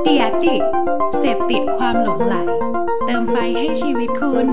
เดียดดิเสพติดความหลงใหลเติมไฟให้ชีวิตคุณ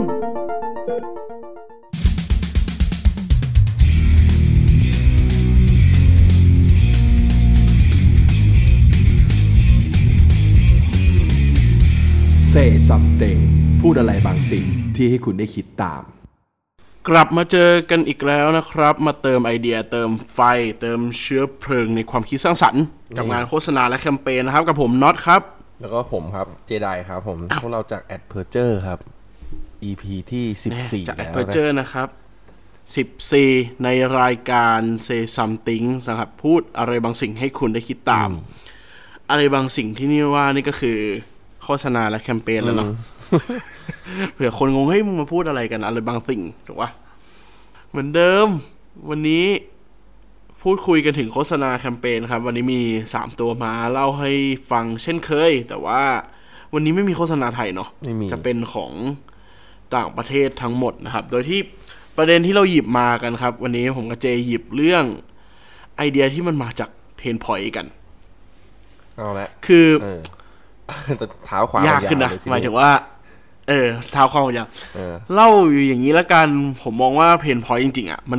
Say something พูดอะไรบางสิ่งที่ให้คุณได้คิดตามกลับมาเจอกันอีกแล้วนะครับมาเติมไอเดียเติมไฟเติมเชื้อเพลิงในความคิดสร้างสรรค์กับงานโฆษณาและแคมเปญนะครับกับผมน็อตครับแล้วก็ผมครับเจไดครับผมพวกเราจาก Adperture ครับ EP ที่14 จาก Adperture นะครับ14ในรายการ Say something นะครับพูดอะไรบางสิ่งให้คุณได้คิดตามอะไรบางสิ่งที่นี่ว่านี่ก็คือโฆษณาและแคมเปญแล้วเนาะ เผื่อคนงงเฮ้ยมึงมาพูดอะไรกันอะไรบางสิ่งถูกปะเหมือนเดิมวันนี้พูดคุยกันถึงโฆษณาแคมเปญครับวันนี้มี3ตัวมาเล่าให้ฟังเช่นเคยแต่ว่าวันนี้ไม่มีโฆษณาไทยเนาะจะเป็นของต่างประเทศทั้งหมดนะครับโดยที่ประเด็นที่เราหยิบมากันครับวันนี้ผมกับเจหยิบเรื่องไอเดียที่มันมาจากเพนพอยต์กันเอาละคือเท้าความยากขึ้นนะหมายถึงว่าเท้าความยากเล่าอยู่อย่างนี้แล้วกันผมมองว่าเพนพอยต์จริงๆอ่ะมัน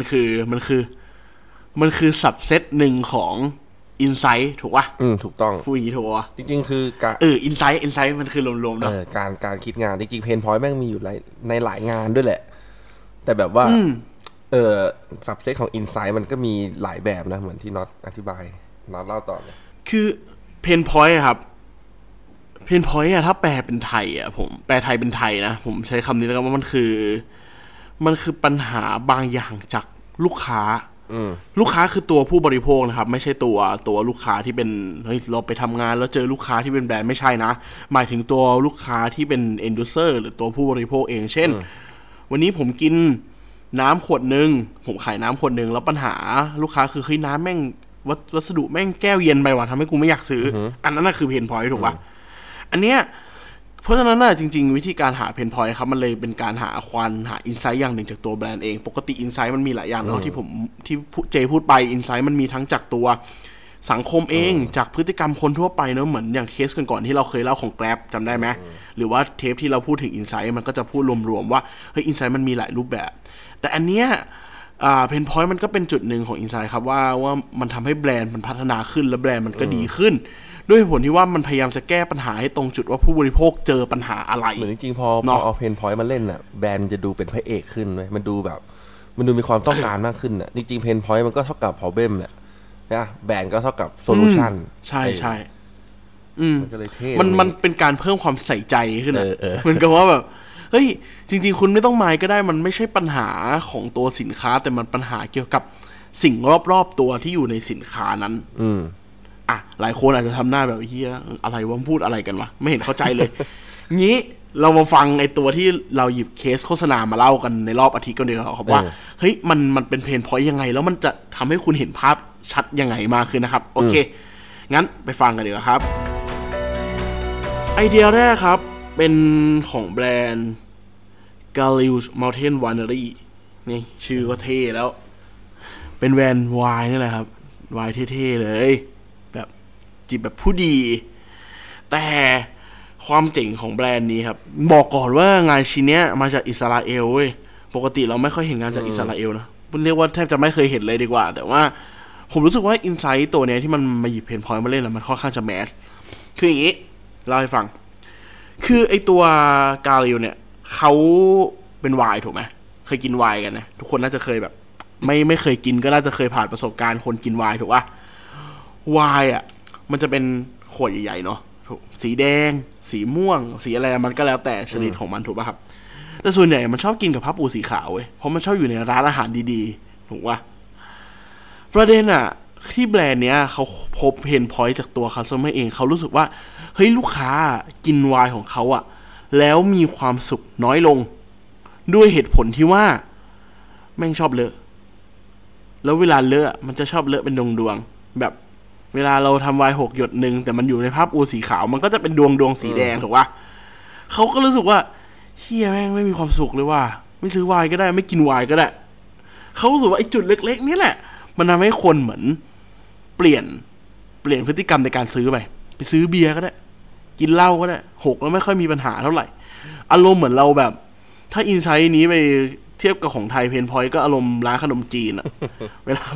คือสับเซตหนึ่งของอินไซต์ถูกป่ะถูกต้องฟูยีถูกป่ะจริงๆคือการอินไซต์มันคือรวมๆเนาะการคิดงานจริงๆเพนพอยต์แม่งมีอยู่ในหลายงานด้วยแหละแต่แบบว่าสับเซตของอินไซต์มันก็มีหลายแบบนะเหมือนที่น็อตอธิบายน็อตเล่าต่อเลยคือเพนพอยต์ครับเพนพอยต์อะถ้าแปลเป็นไทยอะผมแปลไทยเป็นไทยนะผมใช้คำนี้แล้วกันว่ามันคือปัญหาบางอย่างจากลูกค้าคือตัวผู้บริโภคนะครับไม่ใช่ตัวลูกค้าที่เป็นเฮ้ยเราไปทำงานแล้วเจอลูกค้าที่เป็นแบรนด์ไม่ใช่นะหมายถึงตัวลูกค้าที่เป็น end user หรือตัวผู้บริโภคเองเช่นวันนี้ผมกินน้ำขวดนึงผมขายน้ำขวดนึงแล้วปัญหาลูกค้าคือเฮ้ยน้ำแม่งวัสดุแม่งแก้วเย็นไปว่ะทำให้กูไม่อยากซื้ออันนั้นน่ะคือเพนพอยต์ถูกป่ะอันเนี้ยเพราะฉะนั้นน่ะจริงๆวิธีการหาเพนพอยต์ครับมันเลยเป็นการหาอินไซต์อย่างหนึ่งจากตัวแบรนด์เองปกติอินไซต์มันมีหลายอย่างเนาะที่เจพูดไปอินไซต์มันมีทั้งจากตัวสังคมเองจากพฤติกรรมคนทั่วไปเนาะเหมือนอย่างเคสก่อนๆที่เราเคยเล่าของ Grab จำได้ไหมหรือว่าเทปที่เราพูดถึงอินไซต์มันก็จะพูดรวมๆว่าเฮ้ยอินไซต์มันมีหลายรูปแบบแต่อันเนี้ยเพนพอยต์มันก็เป็นจุดหนึ่งของอินไซต์ครับว่ามันทำให้แบรนด์มันพัฒนาขึ้นและแบรนด์มันก็ดีขึ้นด้วยผลที่ว่ามันพยายามจะแก้ปัญหาให้ตรงจุดว่าผู้บริโภคเจอปัญหาอะไรเหมือนจริงๆพอเอาเพนพอยต์มาเล่นน่ะแบรนด์จะดูเป็นพระเอกขึ้นเลยมันดูมีความต้องการมากขึ้นน่ะจริงๆเพนพอยต์มันก็เท่ากับ problem แหละนะแบรนด์ก็เท่ากับ solution ใช่มันก็เลยเท่มันเป็นการเพิ่มความใส่ใจขึ้นเหมือนกับว่าแบบเฮ้ยจริงๆคุณไม่ต้องหมายก็ได้มันไม่ใช่ปัญหาของตัวสินค้าแต่มันปัญหาเกี่ยวกับสิ่งรอบๆตัวที่อยู่ในสินค้านั้นหลายคนอาจจะทำหน้าแบบเฮียอะไรวะพูดอะไรกันวะไม่เห็นเข้าใจเลยงี้เรามาฟังไอตัวที่เราหยิบเคสโฆษณามาเล่ากันในรอบอาทิตย์กันเดียวครับว่าเฮ้ยมันเป็นเพนพอยต์ยังไงแล้วมันจะทำให้คุณเห็นภาพชัดยังไงมากขึ้นนะครับโอเคงั้นไปฟังกันดีกว่าครับไอเดียแรกครับเป็นของแบรนด์ Galil's Mountain Winery นี่ชื่อก็เท่แล้วเป็นแบรนด์ไวน์นี่แหละครับไวน์เท่ๆเลยแบบจิบแบบผู้ดีแต่ความเจ๋งของแบรนด์นี้ครับบอกก่อนว่างานชิ้นนี้มาจากอิสราเอลเว้ยปกติเราไม่ค่อยเห็นงานจากอิสราเอลนะเรียกว่าแทบจะไม่เคยเห็นเลยดีกว่าแต่ว่าผมรู้สึกว่าอินไซต์ตัวนี้ที่มันมาหยิบเพนพอยต์มาเล่นแล้วมันค่อนข้างจะแมสคืออย่างนี้เล่าให้ฟังคือไอตัวกาลิลเนี่ยเขาเป็นไวน์ถูกไหมเคยกินไวน์กันนะทุกคนน่าจะเคยแบบไม่เคยกินก็น่าจะเคยผ่านประสบการณ์คนกินไวน์ถูกป่ะไวน์อ่ะมันจะเป็นขวดใหญ่ๆเนาะสีแดงสีม่วงสีอะไรมันก็แล้วแต่ชนิดของมันถูกป่ะครับแต่ส่วนใหญ่มันชอบกินกับผ้าปูสีขาวเว้ยเพราะมันชอบอยู่ในร้านอาหารดีๆถูกป่ะประเด็นอ่ะที่แบรนด์เนี้ยเขาพบเพนพอยต์จากตัวคัสเตอร์เองเขารู้สึกว่าเฮ้ยลูกค้ากินไวน์ของเขาอ่ะแล้วมีความสุขน้อยลงด้วยเหตุผลที่ว่าแม่งชอบเลอะแล้วเวลาเลอะมันจะชอบเลอะเป็นดวงๆแบบเวลาเราทำไวน์6 หยดนึงแต่มันอยู่ในภาพอูสีขาวมันก็จะเป็นดวงสีแดงถูกป่ะเขาก็รู้สึกว่าเชี่ยแม่งไม่มีความสุขเลยว่าไม่ซื้อไวน์ก็ได้ไม่กินไวน์ก็ได้เขารู้สึกว่าไอ้จุดเล็กๆนี่แหละมันทำให้คนเหมือนเปลี่ยนพฤติกรรมในการซื้อไปซื้อเบียร์ก็ได้กินเหล้าก็ได้หกแล้วไม่ค่อยมีปัญหาเท่าไหร่อารมณ์เหมือนเราแบบถ้าอินไซต์นี้ไปเทียบกับของไทยเพนพอยต์ก็อารมณ์ร้านขนมจีนอะ เวลา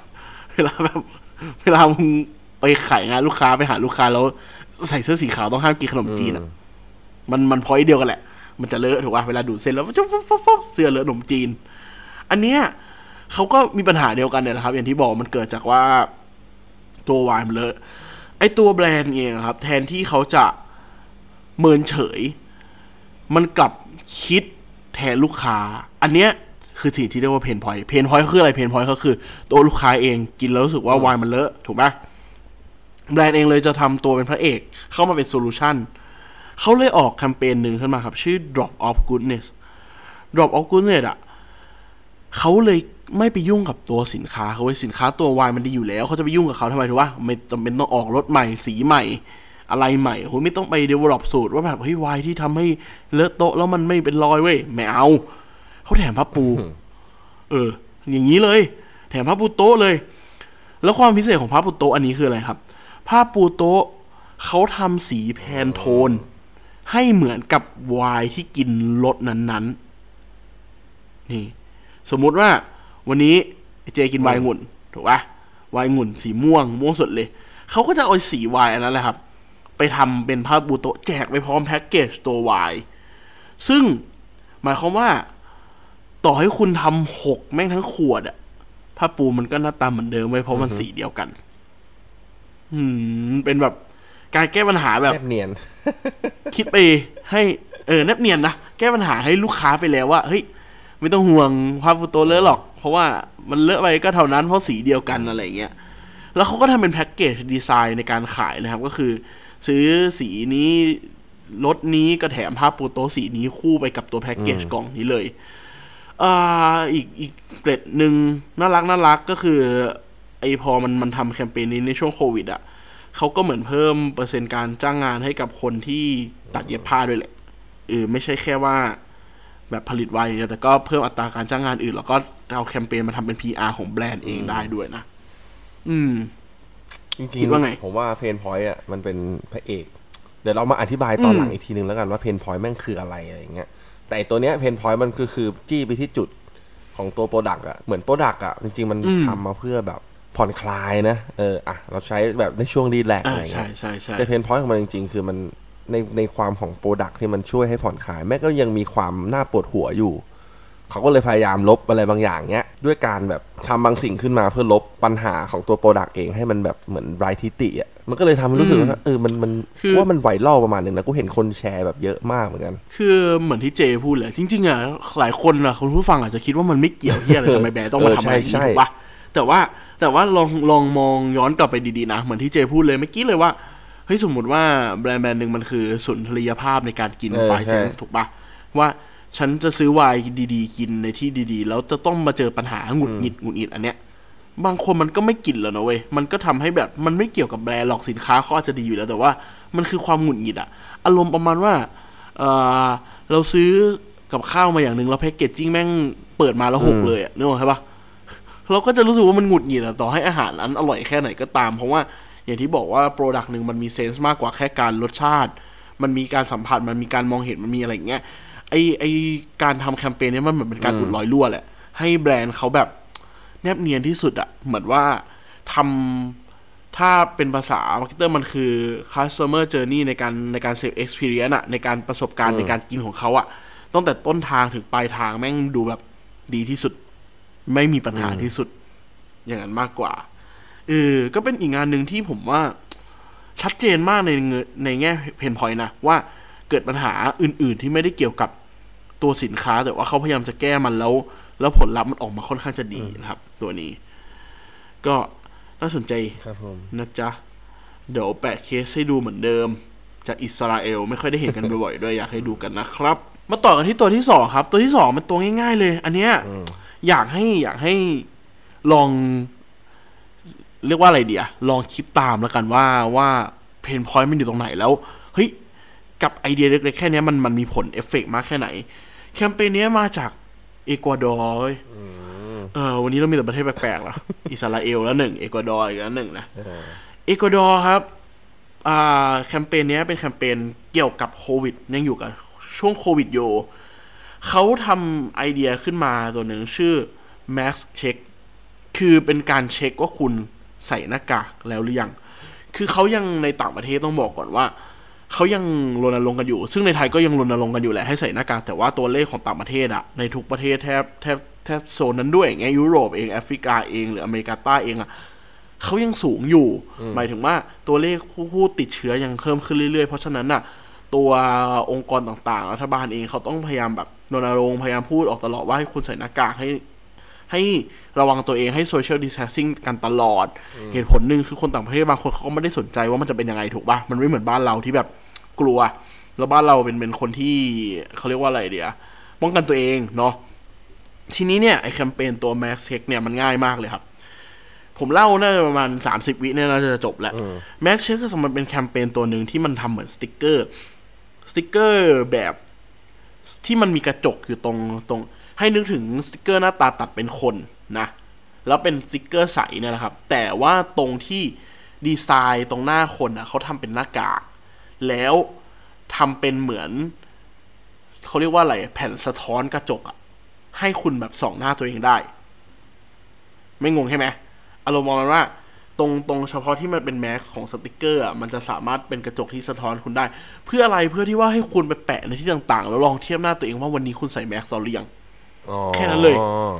มึงไปขายงานลูกค้าไปหาลูกค้าแล้วใส่เสื้อสีขาวต้องห้ามกินขนมจีนอะมันพอยต์เดียวกันแหละมันจะเลอะถูกป่ะเวลาดูดเส้นแล้วเสื้อเลอะขนมจีนอันเนี้ยเขาก็มีปัญหาเดียวกันเนี่ยแหละครับอย่างที่บอกมันเกิดจากว่าตัววายมันเลอะไอตัวแบรนด์เองครับแทนที่เขาจะเมินเฉยมันกลับคิดแทนลูกค้าอันเนี้ยคือสิ่งที่เรียกว่าเพนพอยต์คืออะไรเพนพอยต์ก็คือตัวลูกค้าเองกินแล้วรู้สึกว่าวายมันเลอะถูกป่ะแบรนด์เองเลยจะทำตัวเป็นพระเอกเข้ามาเป็นโซลูชันเขาเลยออกแคมเปญหนึ่งขึ้นมาครับชื่อ Drop of Goodness อ่ะเขาเลยไม่ไปยุ่งกับตัวสินค้าเขาไว้สินค้าตัววายมันดีอยู่แล้วเขาจะไปยุ่งกับเขาทำไมถูกป่ะไม่จำเป็นต้องออกรสใหม่สีใหม่อะไรใหม่โหไม่ต้องไป develop สูตรว่าแบบเฮ้ยวายที่ทำให้เลอะโต๊ะแล้วมันไม่เป็นรอยเว้ยไม่เอาเขาแถมผ้าปูอย่างนี้เลยแถมผ้าปูโต๊ะเลยแล้วความพิเศษของผ้าปูโต๊ะอันนี้คืออะไรครับผ้าปูโต๊ะเขาทำสีแพนโทนให้เหมือนกับไวน์ที่กินรสนั้นๆนี่สมมุติว่าวันนี้เจกินไวน์องุ่นถูกป่ะไวน์องุ่นสีม่วงสดเลยเขาก็จะเอาสีไวน์อันนั้นแหละครับไปทำเป็นผ้าปูโต๊ะแจกไปพร้อมแพ็กเกจตัวไวน์ซึ่งหมายความว่าต่อให้คุณทำหกแม่งทั้งขวดอะผ้าปูมันก็หน้าตาเหมือนเดิมไว้เพราะมันสีเดียวกันเป็นแบบการแก้ปัญหาแบบแนบเนียนคิดไปให้แนบเนียนนะแก้ปัญหาให้ลูกค้าไปแล้วว่าเฮ้ยไม่ต้องห่วงผ้าปูโต๊ะเลอะหรอกเพราะว่ามันเลอะไปก็เท่านั้นเพราะสีเดียวกันอะไรเงี้ยแล้วเขาก็ทำเป็นแพ็กเกจดีไซน์ในการขายนะครับก็คือซื้อสีนี้รถนี้ก็แถมผ้าปูโต๊ะสีนี้คู่ไปกับตัวแพ็กเกจกล่องนี้เลยอีกเกรดหนึ่งน่ารักก็คือไอพอมันทำแคมเปญนี้ในช่วงโควิดอ่ะเขาก็เหมือนเพิ่มเปอร์เซ็นต์การจ้างงานให้กับคนที่ตัดเย็บผ้าด้วยแหละไม่ใช่แค่ว่าแบบผลิตไว้แต่ก็เพิ่มอัตราการจ้างงานอื่นแล้วก็เอาแคมเปญมาทำเป็น PR ของแบรนด์เองได้ด้วยนะจริงๆผมว่าเพนพอยต์อ่ะมันเป็นพระเอกเดี๋ยวเรามาอธิบายตอนหลังอีกทีนึงแล้วกันว่าเพนพอยต์แม่งคืออะไรอย่างเงี้ยแต่ตัวเนี้ยเพนพอยต์มันคือจี้ไปที่จุดของตัวโปรดักต์อ่ะเหมือนโปรดักต์อ่ะจริงๆมันทำมาเพื่อแบบผ่อนคลายนะเราใช้แบบในช่วงรีแลกซ์อะไรเงี้ยใช่แต่เพนพอยต์ของมันจริงๆคือมันในความของโปรดักต์ที่มันช่วยให้ผ่อนคลายแม้ก็ยังมีความน่าปวดหัวอยู่เขาก็เลยพยายามลบอะไรบางอย่างเนี้ยด้วยการแบบทำบางสิ่งขึ้นมาเพื่อลบปัญหาของตัวโปรดักต์เองให้มันแบบเหมือนไร้ทิฏฐิอ่ะมันก็เลยทำให้รู้สึกว่ามันว่ามันไวรัลประมาณนึงนะกูเห็นคนแชร์แบบเยอะมากเหมือนกันคือเหมือนที่เจพูดเลยจริงๆอ่ะหลายคนอ่ะคุณผู้ฟังอาจจะคิดว่ามันไม่เกี่ยวที่อะไรทำไมแบรนด์ต้องมาทำอะไรนี้ถูกป่ะแต่ว่าลองมองย้อนกลับไปดีๆนะเหมือนที่เจพูดเลยเมื่อกี้เลยว่าเฮ้ยสมมติว่าแบรนด์นึงมันคือสุนทรียภาพในการกินไฟเซนส์ถูกป่ะว่าฉันจะซื้อไวน์ดีๆกินในที่ดีๆแล้วจะต้องมาเจอปัญหาหงุดหงิดอันเนี้ยบางคนมันก็ไม่กินแล้วนะเว้ยมันก็ทำให้แบบมันไม่เกี่ยวกับแบรนด์หรอกสินค้าเขาอาจจะดีอยู่แล้วแต่ว่ามันคือความหงุดหงิดอะอารมณ์ประมาณว่าเราซื้อกับข้าวมาอย่างนึงแล้วแพ็กเกจจิ้งแม่งเปิดมาแล้วหกเลยอะนึกออกใช่ปะเราก็จะรู้สึกว่ามันหงุดหงิดอะต่อให้อาหารนั้นอร่อยแค่ไหนก็ตามเพราะว่าอย่างที่บอกว่าโปรดักต์นึงมันมีเซนส์มากกว่าแค่การรสชาติมันมีการสัมผัสมันมีการมองเห็นมันมีอะไรอย่างเงี้ยไอการทำแคมเปญนี้มันเหมือนเป็นการอุดรอยรั่วแหละให้แบรนด์เขาแบบแนบเนียนที่สุดอะเหมือนว่าทำถ้าเป็นภาษามาร์เก็ตเตอร์มันคือ customer journey ในการ save experience อะในการประสบการณ์ในการกินของเขาอะตั้งแต่ต้นทางถึงปลายทางแม่งดูแบบดีที่สุดไม่มีปัญหาที่สุดอย่างนั้นมากกว่าก็เป็นอีกงานหนึ่งที่ผมว่าชัดเจนมากในแง่เพนพอยต์นะว่าเกิดปัญหาอื่นๆที่ไม่ได้เกี่ยวกับตัวสินค้าแต่ว่าเขาพยายามจะแก้มันแล้วผลลัพธ์มันออกมาค่อนข้างจะดีนะครับตัวนี้ก็น่าสนใจนะจ๊ะเดี๋ยวแปะเคสให้ดูเหมือนเดิมจากอิสราเอลไม่ค่อยได้เห็นกันบ่อยๆด้วยอยากให้ดูกันนะครับมาต่อกันที่ตัวที่2ครับตัวที่2มันตัวง่ายๆเลยอันเนี้ยอยากให้ลองเรียกว่าอะไรดีอะลองคิดตามแล้วกันว่าเพนพอยต์มันอยู่ตรงไหนแล้วเฮ้ยกับไอเดียเล็กๆแค่นี้มันมีผลเอฟเฟกต์มากแค่ไหนแคมเปญนี้มาจากเอกวาดอร์วันนี้เรามีแต่ประเทศแปลกๆแล้วอิสราเอลแล้ว1เอกวาดอร์อีกแล้ว1นะเอกวาดอร์ครับแคมเปญนี้เป็นแคมเปญเกี่ยวกับโควิดยังอยู่กับช่วงโควิดอยู่เขาทำไอเดียขึ้นมาตัวหนึ่งชื่อ Mask Check คือเป็นการเช็คว่าคุณใส่หน้ากากแล้วหรือยังคือเขายังในต่างประเทศต้องบอกก่อนว่าเขายังรณรงค์กันอยู่ซึ่งในไทยก็ยังรณรงค์กันอยู่แหละให้ใส่หน้ากากแต่ว่าตัวเลขของต่างประเทศอะในทุกประเทศแทบโซนนั้นด้วยไงยุโรปเองแอฟริกาเองหรืออเมริกาใต้เองอะเขายังสูงอยู่หมายถึงว่าตัวเลขผู้ติดเชื้อยังเพิ่มขึ้นเรื่อยๆเพราะฉะนั้นน่ะตัวองค์กรต่างๆรัฐบาลเองเขาต้องพยายามแบบรณรงค์พยายามพูดออกตลอดว่าให้คุณใส่หน้ากากให้ระวังตัวเองให้ social distancing กันตลอดเหตุผลหนึ่งคือคนต่างประเทศบางคนเขาก็ไม่ได้สนใจว่ามันจะเป็นยังไงถูกป่ะมันไม่เหมือนบ้านเราที่แบบกลัวแล้วบ้านเราเป็นคนที่เขาเรียกว่าอะไรเดี๋ยวป้องกันตัวเองเนาะทีนี้เนี่ยไอแคมเปญตัว Mask Check เนี่ยมันง่ายมากเลยครับผมเล่าน่าจะประมาณ30วิเนี่ยน่าจะจบแล้ว Mask Check ก็มันเป็นแคมเปญตัวหนึ่งที่มันทำเหมือนสติ๊กเกอร์แบบที่มันมีกระจกอยู่ตรงให้นึกถึงสติ๊กเกอร์หน้าตาตัดเป็นคนนะแล้วเป็นสติ๊กเกอร์ใสเนี่ยนะครับแต่ว่าตรงที่ดีไซน์ตรงหน้าคนอ่ะเขาทำเป็นหน้ากากแล้วทำเป็นเหมือนเขาเรียกว่าอะไรแผ่นสะท้อนกระจกอ่ะให้คุณแบบส่องหน้าตัวเองได้ไม่งงใช่ไหมอารมณ์ประมาณว่าตรงเฉพาะที่มันเป็นแม็กซ์ของสติกเกอร์อ่ะมันจะสามารถเป็นกระจกที่สะท้อนคุณได้เพื่ออะไรเพื่อที่ว่าให้คุณไปแปะในที่ต่างๆแล้วลองเทียบหน้าตัวเองว่าวันนี้คุณใส่แม็กซ์หรือยังแค่นั้นเลย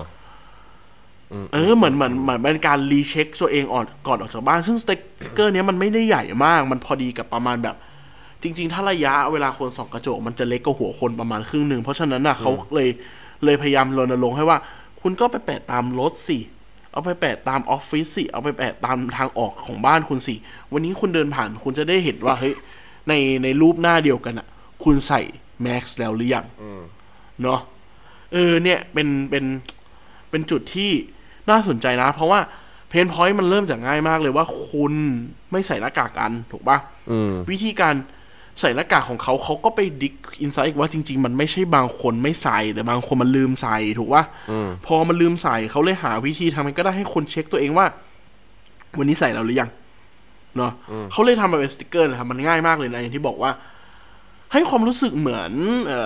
เหมือนเป็นการรีเช็คตัวเองก่อนออกจากบ้านซึ่งสติกเกอร์เนี้ยมันไม่ได้ใหญ่มากมันพอดีกับประมาณแบบจริงๆถ้าระยะเวลาคนส่องกระจกมันจะเล็กกว่าหัวคนประมาณครึ่งนึงเพราะฉะนั้นน่ะเขาเลยพยายามรณรงค์ให้ว่าคุณก็ไปแปะตามรถสิเอาไปแปะตามออฟฟิศสิเอาไปแปะตามทางออกของบ้านคุณสิวันนี้คุณเดินผ่านคุณจะได้เห็นว่าเฮ้ยในรูปหน้าเดียวกันอ่ะคุณใส่แม็กซ์แล้วหรือยังเนาะเนี่ยเป็นจุดที่น่าสนใจนะเพราะว่าเพนพอยต์มันเริ่มจากง่ายมากเลยว่าคุณไม่ใส่หน้ากากกันถูกป่ะวิธีการใส่หน้ากากของเขาก็ไปดิกอินไซต์ว่าจริงๆมันไม่ใช่บางคนไม่ใส่แต่บางคนมันลืมใส่ถูกป่ะพอมันลืมใส่เขาเลยหาวิธีทำมันก็ได้ให้คนเช็คตัวเองว่าวันนี้ใส่แล้วหรือยังเนาะเขาเลยทำมาเป็นสติ๊กเกอร์นะครับมันง่ายมากเลยนะอย่างที่บอกว่าให้ความรู้สึกเหมือน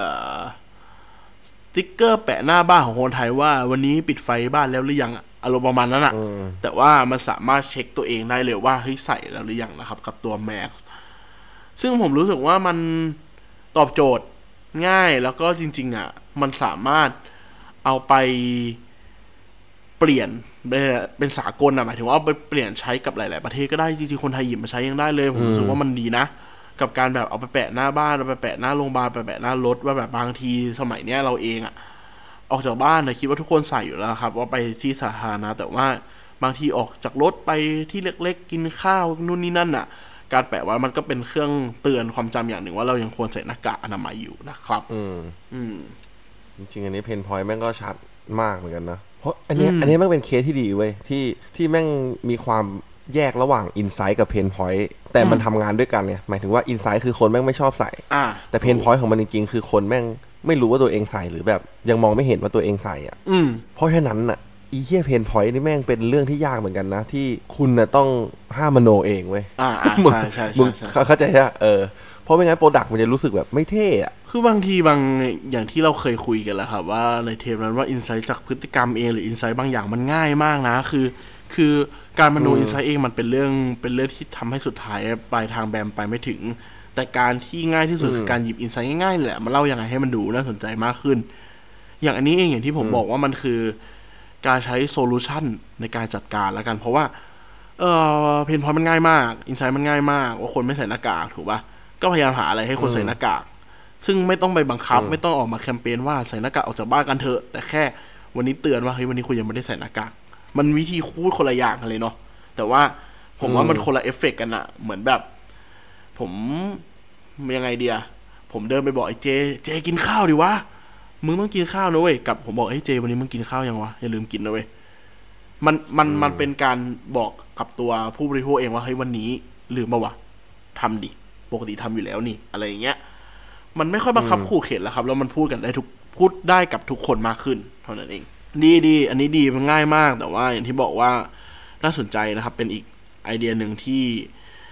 สติ๊กเกอร์แปะหน้าบ้านของคนไทยว่าวันนี้ปิดไฟบ้านแล้วหรือยังอารมณ์ประมาณนั้นอะแต่ว่ามันสามารถเช็คตัวเองได้เลยว่าเฮ้ยใส่แล้วหรือยังนะครับกับตัวแม็กซึ่งผมรู้สึกว่ามันตอบโจทย์ง่ายแล้วก็จริงๆอ่ะมันสามารถเอาไปเปลี่ยนเป็นสากลอ่ะหมายถึงว่าเอาไปเปลี่ยนใช้กับหลายๆประเทศก็ได้จริงๆคนไทยหยิบมาใช้ยังได้เลยผมรู้สึกว่ามันดีนะกับการแบบเอาไปแปะหน้าบ้านเอาไปแปะหน้าโรงพยาบาลไปแปะหน้ารถว่าแบบบางทีสมัยเนี้ยเราเองอ่ะออกจากบ้านนะคิดว่าทุกคนใส่อยู่แล้วครับว่าไปที่สาธารณะแต่ว่าบางทีออกจากรถไปที่เล็กๆกินข้าวนู่นนี่นั่นอ่ะการแปะว่ามันก็เป็นเครื่องเตือนความจำอย่างหนึ่งว่าเรายังควรใส่หน้ากากอนามัยอยู่นะครับจริงๆอันนี้เพนพอยต์แม่งก็ชัดมากเหมือนกันนะเพราะอันนี้แม่งเป็นเคสที่ดีเว้ยที่แม่งมีความแยกระหว่างอินไซต์กับเพนพอยต์แต่มันทำงานด้วยกันไงหมายถึงว่าอินไซต์คือคนแม่งไม่ชอบใส่แต่เพนพอยต์ของมันจริงๆคือคนแม่งไม่รู้ว่าตัวเองใส่หรือแบบยังมองไม่เห็นว่าตัวเองใส่อ่ะเพราะฉะนั้นน่ะอีเหี้ยเพนพอยต์นี่แม่งเป็นเรื่องที่ยากเหมือนกันนะที่คุณน่ะต้องห้ามมโนเองเว้ยใช่มึงเข้าใจใช่เพราะไม่งั้นโปรดักต์มันจะรู้สึกแบบไม่เท่อะคือบางทีอย่างที่เราเคยคุยกันแล้วครับว่าในเทปนั้นว่าอินไซต์จากพฤติกรรมเองหรืออินไซต์บางอย่างมันง่ายมากนะคือการมโนอินไซต์เองมันเป็นเรื่องที่ทำให้สุดท้ายปลายทางแบมไปไม่ถึงแต่การที่ง่ายที่สุดคือการหยิบอินไซต์ง่ายๆแหละมาเล่ายังไงให้มันดูน่าสนใจมากขึ้นอย่างอันนี้เองอย่างที่ผมบอกว่ามันคือการใช้โซลูชันในการจัดการแล้วกันเพราะว่าเพนพอยต์มันง่ายมากอินไซต์มันง่ายมากว่าคนไม่ใส่หน้ากากถูกป่ะก็พยายามหาอะไรให้คนใส่หน้ากากซึ่งไม่ต้องไปบังคับไม่ต้องออกมาแคมเปญว่าใส่หน้ากากออกจากบ้านกันเถอะแต่แค่วันนี้เตือนว่าเฮ้ยวันนี้คุณยังไม่ได้ใส่หน้ากากมันวิธีพูดคนละอย่างกันเลยเนาะแต่ว่าผมว่ามันคนละเอฟเฟกต์กันอะเหมือนแบบผมยังไงเดียผมเดินไปบอกไอ้เจกินข้าวดิวะมึงต้องกินข้าวนะเว้ยกับผมบอกเฮ้ยเจวันนี้มึงกินข้าวยังวะอย่าลืมกินนะเว้ยมันเป็นการบอกกับตัวผู้บริโภคเองว่าเฮ้ยวันนี้ลืมป่าววะทำดิปกติทำอยู่แล้วนี่อะไรอย่างเงี้ยมันไม่ค่อยบังคับขู่เข็นแล้วครับแล้วมันพูดได้กับทุกคนมากขึ้นเท่านั้นเองดีอันนี้ดีมันง่ายมากแต่ว่าอย่างที่บอกว่าน่าสนใจนะครับเป็นอีกไอเดียหนึ่งที่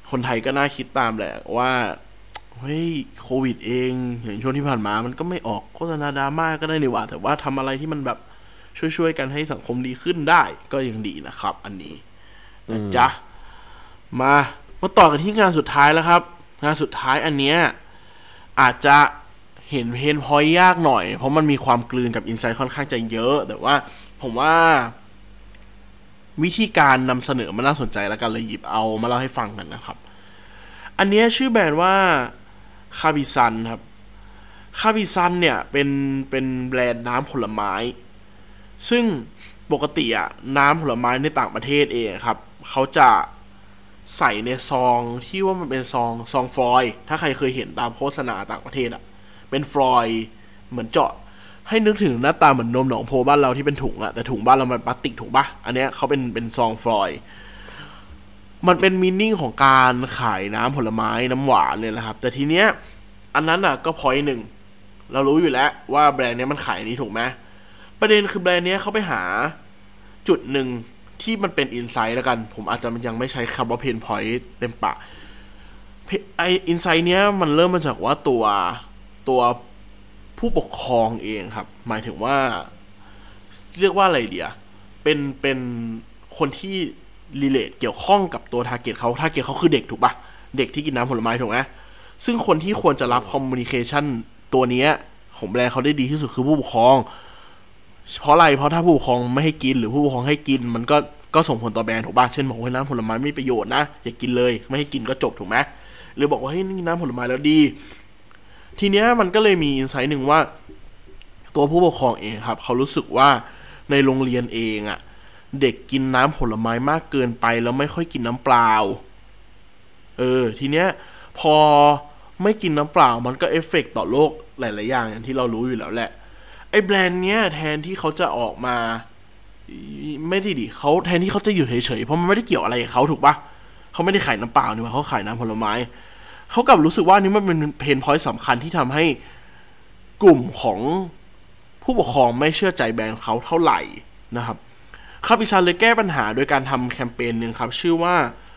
คนไทยก็น่าคิดตามแหละว่าเฮ้ยโควิดเองอย่างช่วงที่ผ่านมามันก็ไม่ออกโฆษณาดราม่าก็ได้นี่หว่าแต่ว่าทำอะไรที่มันแบบช่วยๆกันให้สังคมดีขึ้นได้ก็ยังดีนะครับอันนี้นะจ๊ะมาต่อกันที่งานสุดท้ายแล้วครับงานสุดท้ายอันเนี้ยอาจจะเห็นเพนพอยต์ยากหน่อยเพราะมันมีความกลืนกับอินไซต์ค่อนข้างจะเยอะแต่ว่าผมว่าวิธีการนำเสนอมันน่าสนใจแล้วกันเลยหยิบเอามาเล่าให้ฟังกันนะครับอันนี้ชื่อแบรนด์ว่าคาบิซันครับคาบิซันเนี่ยเป็นแบรนด์น้ำผลไม้ซึ่งปกติอะน้ำผลไม้ในต่างประเทศเองครับเขาจะใส่ในซองที่ว่ามันเป็นซองฟอยล์ถ้าใครเคยเห็นตามโฆษณาต่างประเทศอะเป็นฟอยล์เหมือนเจาะให้นึกถึงหน้าตาเหมือนนมหนองโพบ้านเราที่เป็นถุงอะแต่ถุงบ้านเรามันพลาสติกถูกปะอันเนี้ยเขาเป็นซองฟอยล์มันเป็นมีนิ่งของการขายน้ำผลไม้น้ำหวานเนี่ยนะครับแต่ทีเนี้ยอันนั้นอะก็พอยต์หนึ่งเรารู้อยู่แล้วว่าแบรนด์นี้มันขายนี้ถูกไหมประเด็นคือแบรนด์นี้เขาไปหาจุดหนึ่งที่มันเป็นอินไซต์แล้วกันผมอาจจะยังไม่ใช้คำว่าเพนพอยต์เต็มปากไออินไซต์เนี้ยมันเริ่มมาจากว่าตัวผู้ปกครองเองครับหมายถึงว่าเรียกว่าอะไรเดียเป็นคนที่รีเลทเกี่ยวข้องกับตัวทาร์เก็ตเขาคือเด็กถูกปะเด็กที่กินน้ำผลไม้ถูกไหมซึ่งคนที่ควรจะรับคอมมูนิเคชันตัวนี้ของแบรนด์เขาได้ดีที่สุดคือผู้ปกครองเพราะอะไรเพราะถ้าผู้ปกครองไม่ให้กินหรือผู้ปกครองให้กินมันก็ส่งผลต่อแบรนด์ถูกป่ะเช่นบอกว่าน้ำผลไม้ไม่มีประโยชน์นะอย่ากินเลยไม่ให้กินก็จบถูกไหมหรือบอกว่าเฮ้ยนี่น้ำผลไม้แล้วดีทีเนี้ยมันก็เลยมีอินไซต์หนึ่งว่าตัวผู้ปกครองเองครับเขารู้สึกว่าในโรงเรียนเองอะเด็กกินน้ำผลไม้มากเกินไปแล้วไม่ค่อยกินน้ำเปล่าทีเนี้ยพอไม่กินน้ำเปล่ามันก็เอฟเฟกต์ต่อโลกหลายๆอย่างอย่างที่เรารู้อยู่แล้วแหละไอ้แบรนด์เนี้ยแทนที่เขาจะออกมาไม่ได้ดิเขาแทนที่เขาจะอยู่เฉยๆเพราะมันไม่ได้เกี่ยวอะไรกับเขาถูกปะเขาไม่ได้ขายน้ำเปล่านี่ว่าเขาขายน้ำผลไม้เขากลับรู้สึกว่านี่มันเป็นเพนพอยต์สำคัญที่ทำให้กลุ่มของผู้ปกครองไม่เชื่อใจแบรนด์เขาเท่าไหร่นะครับคาบิซันเลยแก้ปัญหาโดยการทำแคมเปญหนึ่งครับชื่อว่า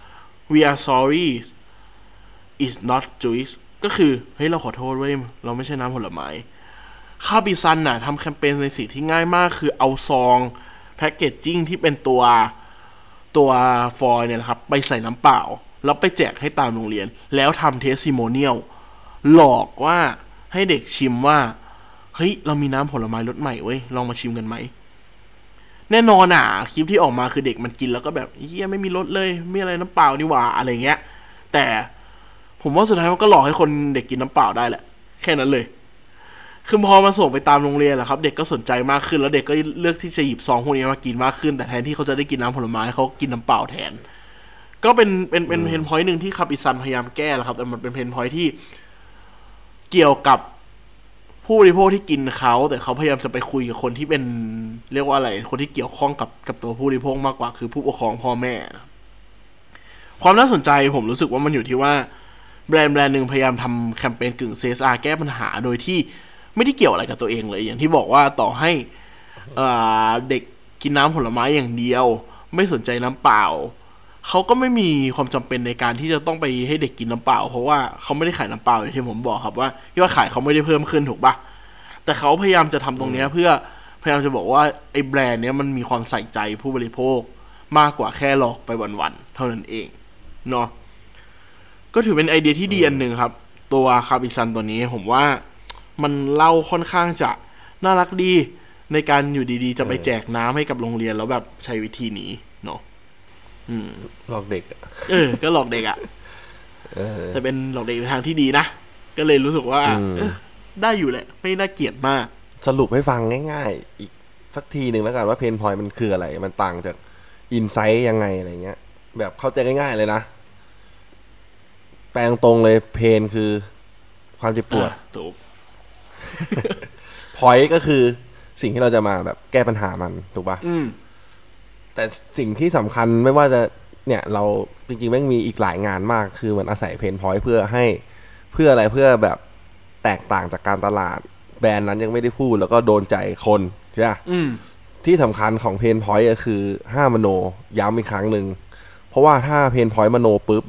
We are sorry it's not juice ก็คือเฮ้ยเราขอโทษเว้ยเราไม่ใช่น้ำผลไม้คาบิซันน่ะทำแคมเปญในสิ่งที่ง่ายมากคือเอาซองแพคเกจจิ้งที่เป็นตัวฟอยล์เนี่ยนะครับไปใส่น้ำเปล่าแล้วไปแจกให้ตามโรงเรียนแล้วทำเทสซิโมเนียลหลอกว่าให้เด็กชิมว่าเฮ้ยเรามีน้ำผลไม้รสใหม่เว้ยลองมาชิมกันไหมแน่นอนคลิปที่ออกมาคือเด็กมันกินแล้วก็แบบเหี้ยไม่มีรสเลยไม่อะไรน้ำเปล่านี่หว่าอะไรเงี้ยแต่ผมว่าสุดท้ายมันก็หลอกให้คนเด็กกินน้ำเปล่าได้แหละแค่นั้นเลยคือพอมาส่งไปตามโรงเรียนแหละครับเด็กก็สนใจมากขึ้นแล้วเด็กก็เลือกที่จะหยิบซองพวกนี้มากินมากขึ้นแต่แทนที่เขาจะได้กินน้ำผลไม้เขากินน้ำเปล่าแทนก็เป็นเพนพอยต์นึงที่คาบิซันพยายามแก้แหละครับแต่มันเป็นเพนพอยต์ที่เกี่ยวกับผู้บริโภคที่กินเขาแต่เขาพยายามจะไปคุยกับคนที่เป็นเรียกว่าอะไรคนที่เกี่ยวข้องกับตัวผู้บริโภคมากกว่าคือผู้ปกครองพ่อแม่ความน่าสนใจผมรู้สึกว่ามันอยู่ที่ว่าแบรนด์หนึ่งพยายามทำแคมเปญกึ่ง CSR แก้ปัญหาโดยที่ไม่ได้เกี่ยวอะไรกับตัวเองเลยอย่างที่บอกว่าต่อให้เด็กกินน้ำผลไม้อย่างเดียวไม่สนใจน้ำเปล่าเขาก็ไม่มีความจำเป็นในการที่จะต้องไปให้เด็กกินน้ำเปล่าเพราะว่าเขาไม่ได้ขายน้ำเปล่าอย่างที่ผมบอกครับว่ายอดขายเขาไม่ได้เพิ่มขึ้นถูกปะแต่เขาพยายามจะทำตรงนี้เพื่อพยายามจะบอกว่าไอ้แบรนด์เนี้ยมันมีความใส่ใจผู้บริโภคมากกว่าแค่หลอกไปวันๆเท่านั้นเองเนาะก็ถือเป็นไอเดียที่ดีอันหนึ่งครับตัวคาบิซันตัวนี้ผมว่ามันเล่าค่อนข้างจะน่ารักดีในการอยู่ดีๆจะไปแจกน้ำให้กับโรงเรียนแล้วแบบใช้วิธีนี้เนาะหลอกเด็กก็หลอกเด็กแต่เป็นหลอกเด็กในทางที่ดีนะก็เลยรู้สึกว่าได้อยู่แหละไม่น่าเกลียดมากสรุปให้ฟังง่ายๆอีกสักทีหนึ่งแล้วกันว่าเพนพอยต์มันคืออะไรมันต่างจากอินไซต์ยังไงอะไรเงี้ยแบบเข้าใจง่ายๆเลยนะแปลงตรงเลยเพนคือความเจ็บปวดถูกพอยต์ก็คือสิ่งที่เราจะมาแบบแก้ปัญหามันถูกป่ะแต่สิ่งที่สำคัญไม่ว่าจะเนี่ยเราจริงๆแม่งมีอีกหลายงานมากคือมันอาศัยเพนพอยต์เพื่ออะไรเพื่อแบบแตกต่างจากการตลาดแบรนด์นั้นยังไม่ได้พูดแล้วก็โดนใจคนใช่ไหมที่สำคัญของเพนพอยต์ก็คือห้ามโนย้ำอีกครั้งหนึ่งเพราะว่าถ้าเพนพอยต์มโนปุ๊บอะ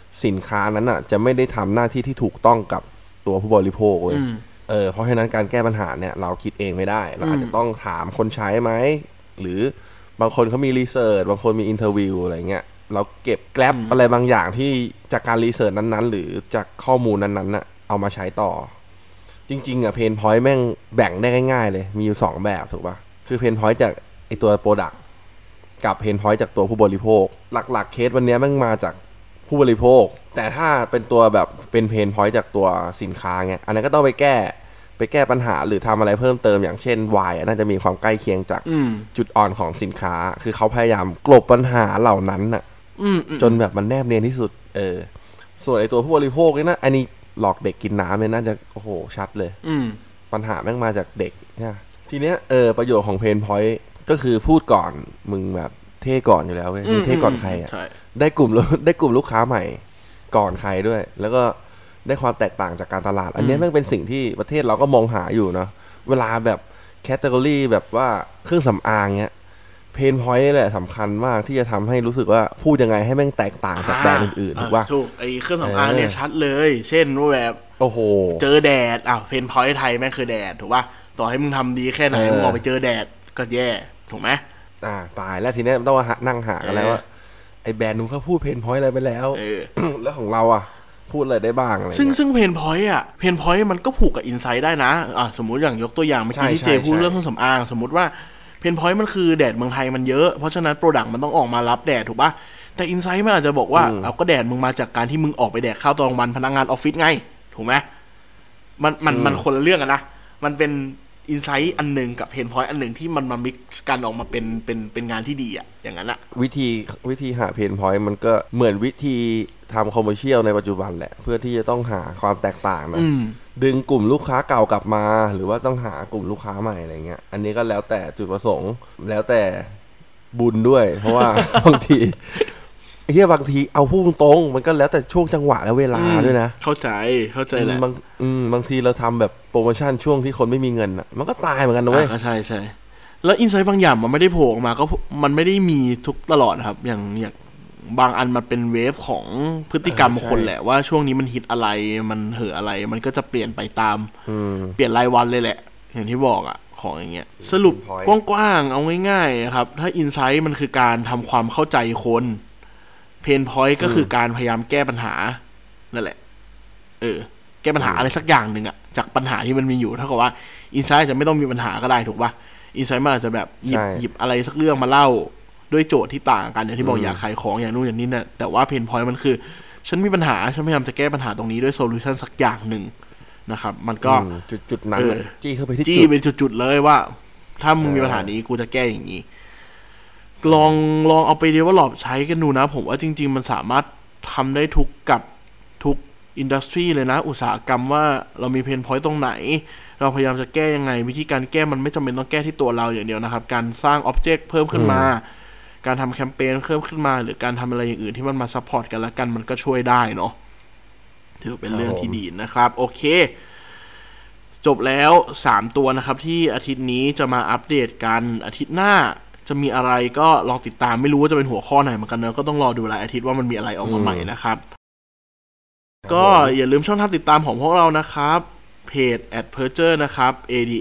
สินค้านั้นอ่ะจะไม่ได้ทำหน้าที่ที่ถูกต้องกับตัวผู้บริโภคเลยเพราะฉะนั้นการแก้ปัญหาเนี่ยเราคิดเองไม่ได้เราอาจจะต้องถามคนใช้ไหมหรือบางคนเขามีรีเสิร์ชบางคนมีอินเทอร์วิวอะไรเงี้ยเราเก็บแกร็บอะไรบางอย่างที่จากการรีเสิร์ชนั้นๆหรือจากข้อมูลนั้นๆน่ะเอามาใช้ต่อจริงๆอ่ะเพนพอยต์แม่งแบ่งได้ง่ายๆเลยมีอยู่2แบบถูกป่ะคือเพนพอยต์จากไอตัวโปรดักต์กับเพนพอยต์จากตัวผู้บริโภคหลักๆเคสวันนี้แม่งมาจากผู้บริโภคแต่ถ้าเป็นตัวแบบเป็นเพนพอยต์จากตัวสินค้าเงี้ยอันนั้นก็ต้องไปแก้ปัญหาหรือทำอะไรเพิ่มเติมอย่างเช่น Y น่าจะมีความใกล้เคียงจากจุดอ่อนของสินค้าคือเขาพยายามกลบปัญหาเหล่านั้นน่ะจนแบบมันแนบเนียนที่สุดส่วนไอตัวผู้บริโภคนี่นะอันนี้หลอกเด็กกินน้ำเนี่ยน่าจะโอ้โหชัดเลยปัญหาแม่งมาจากเด็กเนี่ยทีเนี้ยประโยชน์ของเพนพอยต์ก็คือพูดก่อนมึงแบบเท่ก่อนอยู่แล้วเว้ยเท่ก่อนใครอ่ะได้กลุ่มลูกค้าใหม่ก่อนใครด้วยแล้วก็ได้ความแตกต่างจากการตลาดอันนี้แม่งเป็นสิ่งที่ประเทศเราก็มองหาอยู่เนาะเวลาแบบแคตตากรีแบบว่าเครื่องสำอางเงี้ยเพนพอยต์นี่แหละสำคัญมากที่จะทำให้รู้สึกว่าพูดยังไงให้แม่งแตกต่างจากแบรนด์อื่นๆถูกป่ะถูกไอ้เครื่องสำอางเนี่ยชัดเลยเช่นว่าแบบโอ้โหเจอแดดเพนพอยต์ไทยแม่งคือแดดถูกป่ะต่อให้มึงทำดีแค่ไหนมึงออกไปเจอแดดก็แย่ถูกไหมตายแล้วทีนี้ต้องนั่งหากันแล้วว่าไอ้แบรนด์นู้นเขาพูดเพนพอยต์อะไรไปแล้ว แล้วของเราพูดอะไรได้บ้างอะไรซึ่งเพนพอยต์มันก็ผูกกับอินไซต์ได้นะสมมุติอย่างยกตัวอย่างเมื่อกี้ที่เจพูดเรื่องเครื่องสำอางสมมุติว่าเพนพอยต์มันคือแดดเมืองไทยมันเยอะเพราะฉะนั้นโปรดักต์มันต้องออกมารับแดดถูกป่ะแต่อินไซต์มันอาจจะบอกว่าก็แดดมึงมาจากการที่มึงออกไปแดดข้าวตอนกลางวันพนักงานออฟฟิศไงถูกไหมมันคนละเรื่องกันนะมันเป็นอินไซต์อันหนึ่งกับเพนพอยต์อันหนึ่งที่มันมามิกซ์กันออกมาเป็นงานที่ดีอย่างนั้นอะวิธีหาเพนพอยต์มันก็เหมือนวิธีทำคอมเมอร์เชียลในปัจจุบันแหละเพื่อที่จะต้องหาความแตกต่างนะดึงกลุ่มลูกค้าเก่ากลับมาหรือว่าต้องหากลุ่มลูกค้าใหม่อะไรเงี้ยอันนี้ก็แล้วแต่จุดประสงค์แล้วแต่บุญด้วยเพราะว่าบางทีบางทีเอาพูดตรงมันก็แล้วแต่ช่วงจังหวะและเวลาด้วยนะเข้าใจแหละบางทีเราทำแบบโปรโมชั่นช่วงที่คนไม่มีเงินมันก็ตายเหมือนกันนะเว้ยใช่แล้วอินไซต์บางอย่างมันไม่ได้โผล่ออกมาก็มันไม่ได้มีทุกตลอดครับอย่างบางอันมันเป็นเวฟของพฤติกรรมคนแหละว่าช่วงนี้มันฮิตอะไรมันเห่ออะไรมันก็จะเปลี่ยนไปตามเปลี่ยนรายวันเลยแหละอย่างที่บอกของอย่างเงี้ยสรุปกว้างๆเอาง่ายๆครับถ้าอินไซต์มันคือการทำความเข้าใจคนเพนพอยต์ก็คือการพยายามแก้ปัญหานั่นแหละแก้ปัญหาอะไรสักอย่างหนึ่งจากปัญหาที่มันมีอยู่เท่ากับว่าอินไซต์จะไม่ต้องมีปัญหาก็ได้ถูกป่ะอินไซต์มันอาจจะแบบหยิบอะไรสักเรื่องมาเล่าด้วยโจทย์ที่ต่างกันอย่างที่บอกอยากขายของอย่างนู้นอย่างนี้เนี่ยแต่ว่าเพนพอยต์มันคือฉันมีปัญหาฉันพยายามจะแก้ปัญหาตรงนี้ด้วยโซลูชันสักอย่างหนึ่งนะครับมันก็จุดนั้นจี้เข้าไปที่จี้เป็นจุดๆเลยว่าถ้ามึงมีปัญหานี้กูจะแก้อย่างนี้ลองเอาไปdevelopใช้กันดูนะผมว่าจริงๆมันสามารถทำได้ทุกอินดัสทรีเลยนะอุตสาหกรรมว่าเรามีเพนพอยต์ตรงไหนเราพยายามจะแก้ยังไงวิธีการแก้มันไม่จำเป็นต้องแก้ที่ตัวเราอย่างเดียวนะครับการสร้างอ็อบเจกต์เพิ่มขึ้นมาการทำแคมเปญเพิ่มขึ้นมาหรือการทำอะไรอย่างอื่นที่มันมาซัพพอร์ตกันแล้วกันมันก็ช่วยได้เนาะถือเป็นเรื่องที่ดีนะครับโอเคจบแล้ว3ตัวนะครับที่อาทิตย์นี้จะมาอัปเดตกันอาทิตย์หน้าจะมีอะไรก็ลองติดตามไม่รู้ว่าจะเป็นหัวข้อไหนเหมือนกันเนอะก็ต้องรอดูรายอาทิตย์ว่ามันมีอะไรออกมาใหม่นะครับก็อย่าลืมช่องทางติดตามของพวกเรานะครับเพจ @perture นะครับ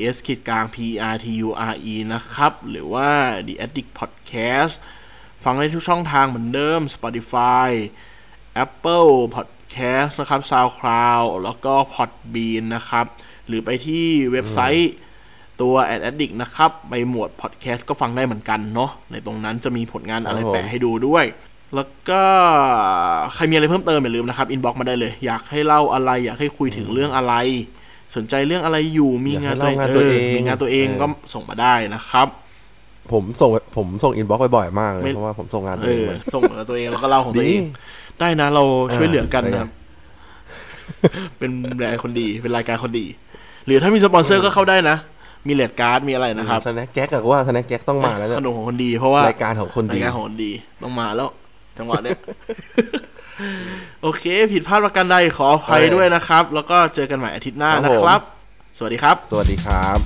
ads-perture นะครับหรือว่า The Addict Podcast ฟังได้ทุกช่องทางเหมือนเดิม Spotify Apple Podcast นะครับ SoundCloud แล้วก็ Podbean นะครับหรือไปที่เว็บไซต์ตัว Addict นะครับไปหมวด Podcast ก็ฟังได้เหมือนกันเนาะในตรงนั้นจะมีผลงานอะไรแปะให้ดูด้วยแล้วก็ใครมีอะไรเพิ่มเติมอย่าลืมนะครับอินบ็อกซ์มาได้เลยอยากให้เล่าอะไรอยากให้คุยถึงเรื่องอะไรสนใจเรื่องอะไรอยู่มีงานตัวเองมีงานตัวเองก็ส่งมาได้นะครับผมส่งอินบ็อกซ์บ่อยๆมากเลยเพราะว่าผมส่งงานตัวเองส่งงานตัวเองแล้วก็เล่าของตัวเองได้นะเราช่วยเหลือกันนะครับเป็นรายการคนดีเป็นรายการคนดีหรือถ้ามีสปอนเซอร์ก็เข้าได้นะมีเลดการ์ดมีอะไรนะครับสแน็คแจ็คก็ว่าสแน็คแจ็คต้องมาแล้วขนมของคนดีเพราะว่ารายการของคนดีรายการของคนดีต้องมาแล้วจังหวะเนี้ยโอเคผิดพลาดประการใดขออภัยด้วยนะครับแล้วก็เจอกันใหม่อาทิตย์หน้านะครับสวัสดีครับสวัสดีครับ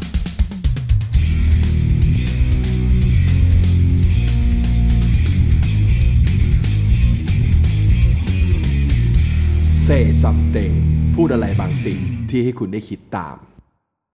Say something พูดอะไรบางสิ่งที่ให้คุณได้คิดตาม